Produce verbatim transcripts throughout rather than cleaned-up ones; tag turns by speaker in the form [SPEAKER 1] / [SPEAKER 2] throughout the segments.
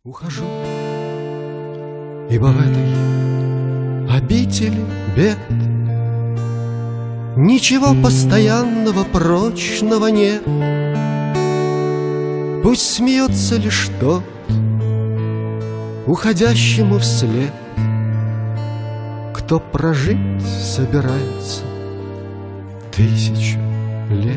[SPEAKER 1] Ухожу, ибо в этой обители бед ничего постоянного, прочного нет. Пусть смеется лишь тот, уходящему вслед, кто прожить собирается тысячу лет.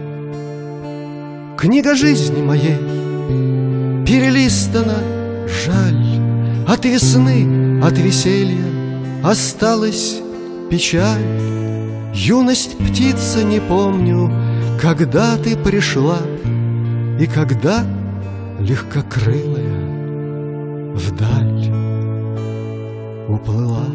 [SPEAKER 1] Книга жизни моей перелистана, жаль, от весны, от веселья осталась печаль. Юность птица, не помню, когда ты пришла и когда легкокрылая вдаль уплыла.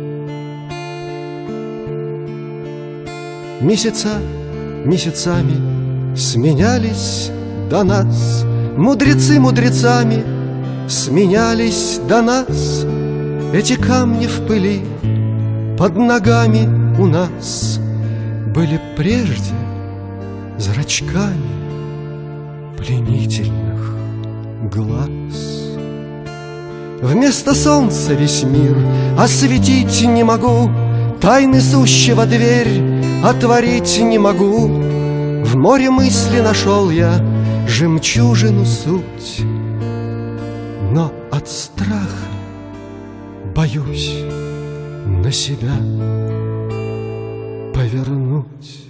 [SPEAKER 1] Месяца месяцами сменялись до нас, мудрецы мудрецами сменялись до нас. Эти камни в пыли под ногами у нас были прежде зрачками пленительных глаз. Вместо солнца весь мир осветить не могу, тайны сущего дверь отворить не могу. В море мысли нашел я жемчужину суть, но от страха боюсь на себя повернуть.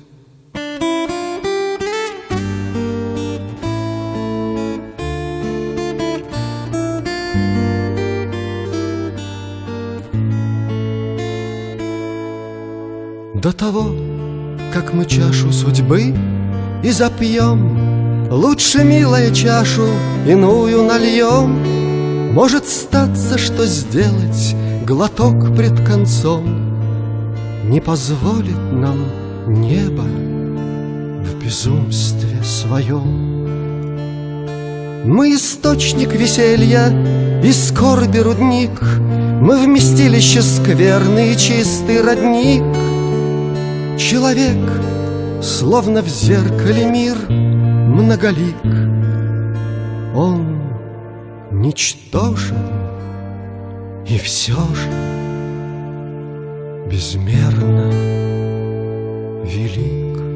[SPEAKER 1] До того, как мы чашу судьбы и запьем, лучше, милая, чашу иную нальем. Может статься, что сделать глоток пред концом не позволит нам небо в безумстве своем. Мы источник веселья и скорби рудник, мы вместилище скверный и чистый родник. Человек, словно в зеркале мир многолик, он ничтожен и все же безмерно велик.